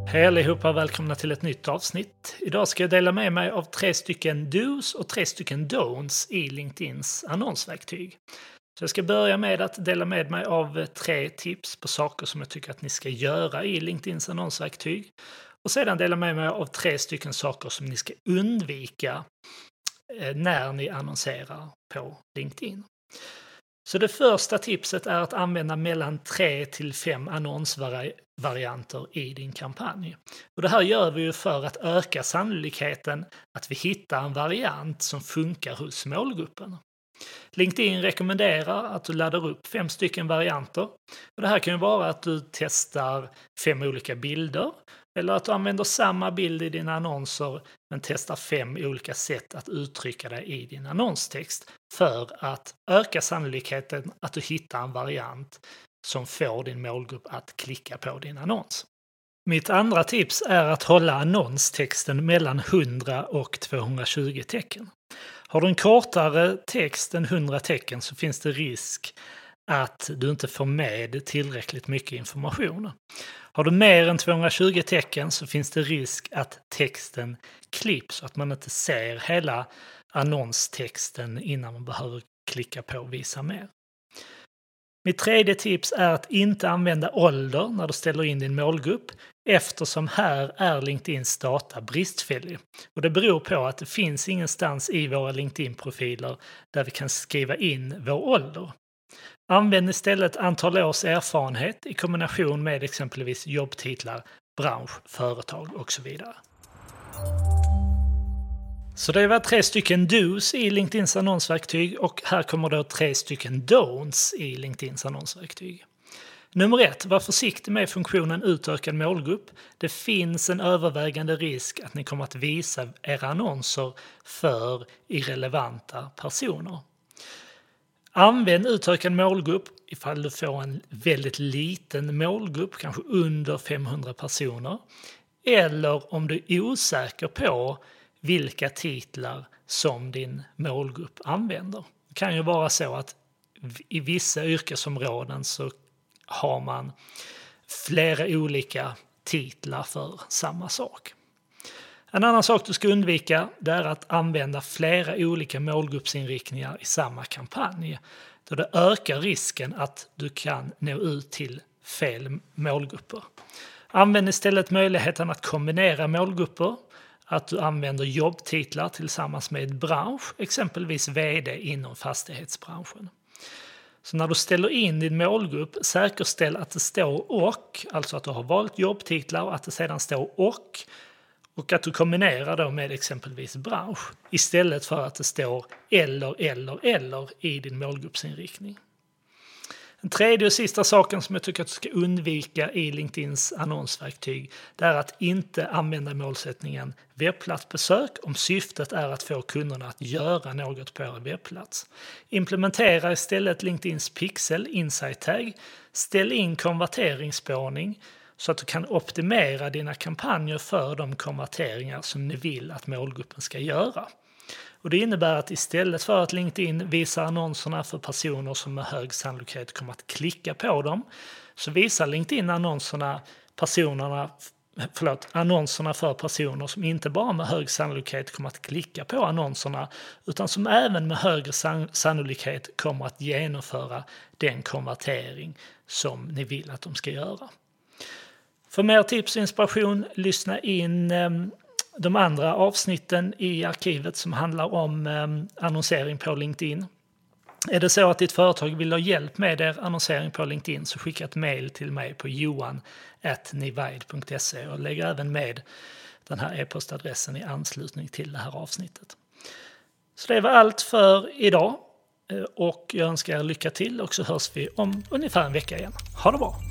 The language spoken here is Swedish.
Hej allihopa, välkomna till ett nytt avsnitt. Idag ska jag dela med mig av 3 stycken dos och 3 stycken don'ts i LinkedIns annonsverktyg. Så jag ska börja med att dela med mig av 3 tips på saker som jag tycker att ni ska göra i LinkedIns annonsverktyg. Och sedan dela med mig av 3 stycken saker som ni ska undvika när ni annonserar på LinkedIn. Så det första tipset är att använda mellan 3 till 5 annonsvarianter i din kampanj. Och det här gör vi ju för att öka sannolikheten att vi hittar en variant som funkar hos målgruppen. LinkedIn rekommenderar att du laddar upp 5 stycken varianter. Och det här kan ju vara att du testar 5 olika bilder eller att du använder samma bild i dina annonser men testar 5 olika sätt att uttrycka det i din annonstext för att öka sannolikheten att du hittar en variant som får din målgrupp att klicka på din annons. Mitt andra tips är att hålla annonstexten mellan 100 och 220 tecken. Har du en kortare text än 100 tecken så finns det risk att du inte får med tillräckligt mycket information. Har du mer än 220 tecken så finns det risk att texten klipps så att man inte ser hela annonstexten innan man behöver klicka på visa mer. Mitt tredje tips är att inte använda ålder när du ställer in din målgrupp eftersom här är LinkedIns data bristfällig. Och det beror på att det finns ingenstans i våra LinkedIn-profiler där vi kan skriva in vår ålder. Använd istället antal års erfarenhet i kombination med exempelvis jobbtitlar, bransch, företag och så vidare. Så det var 3 stycken dos i LinkedIns annonsverktyg och här kommer då 3 stycken don'ts i LinkedIns annonsverktyg. Nummer 1, var försiktig med funktionen utökad målgrupp. Det finns en övervägande risk att ni kommer att visa era annonser för irrelevanta personer. Använd utökad målgrupp ifall du får en väldigt liten målgrupp, kanske under 500 personer. Eller om du är osäker på vilka titlar som din målgrupp använder. Det kan ju vara så att i vissa yrkesområden så har man flera olika titlar för samma sak. En annan sak du ska undvika det är att använda flera olika målgruppsinriktningar i samma kampanj. Då det ökar risken att du kan nå ut till fel målgrupper. Använd istället möjligheten att kombinera målgrupper. Att du använder jobbtitlar tillsammans med bransch, exempelvis vd inom fastighetsbranschen. Så när du ställer in din målgrupp, säkerställ att det står och, alltså att du har valt jobbtitlar och att det sedan står och att du kombinerar då med exempelvis bransch istället för att det står eller i din målgruppsinriktning. Den tredje och sista saken som jag tycker att du ska undvika i LinkedIns annonsverktyg det är att inte använda målsättningen webbplatsbesök om syftet är att få kunderna att göra något på er webbplats. Implementera istället LinkedIns pixel insight tag. Ställ in konverteringsspårning så att du kan optimera dina kampanjer för de konverteringar som ni vill att målgruppen ska göra. Och det innebär att istället för att LinkedIn visar annonserna för personer som med hög sannolikhet kommer att klicka på dem så visar LinkedIn annonserna för personer som inte bara med hög sannolikhet kommer att klicka på annonserna utan som även med högre sannolikhet kommer att genomföra den konvertering som ni vill att de ska göra. För mer tips och inspiration, lyssna in de andra avsnitten i arkivet som handlar om annonsering på LinkedIn. Är det så att ditt företag vill ha hjälp med er annonsering på LinkedIn så skicka ett mejl till mig på johan@nivide.se och lägg även med den här e-postadressen i anslutning till det här avsnittet. Så det var allt för idag och jag önskar er lycka till och så hörs vi om ungefär en vecka igen. Ha det bra!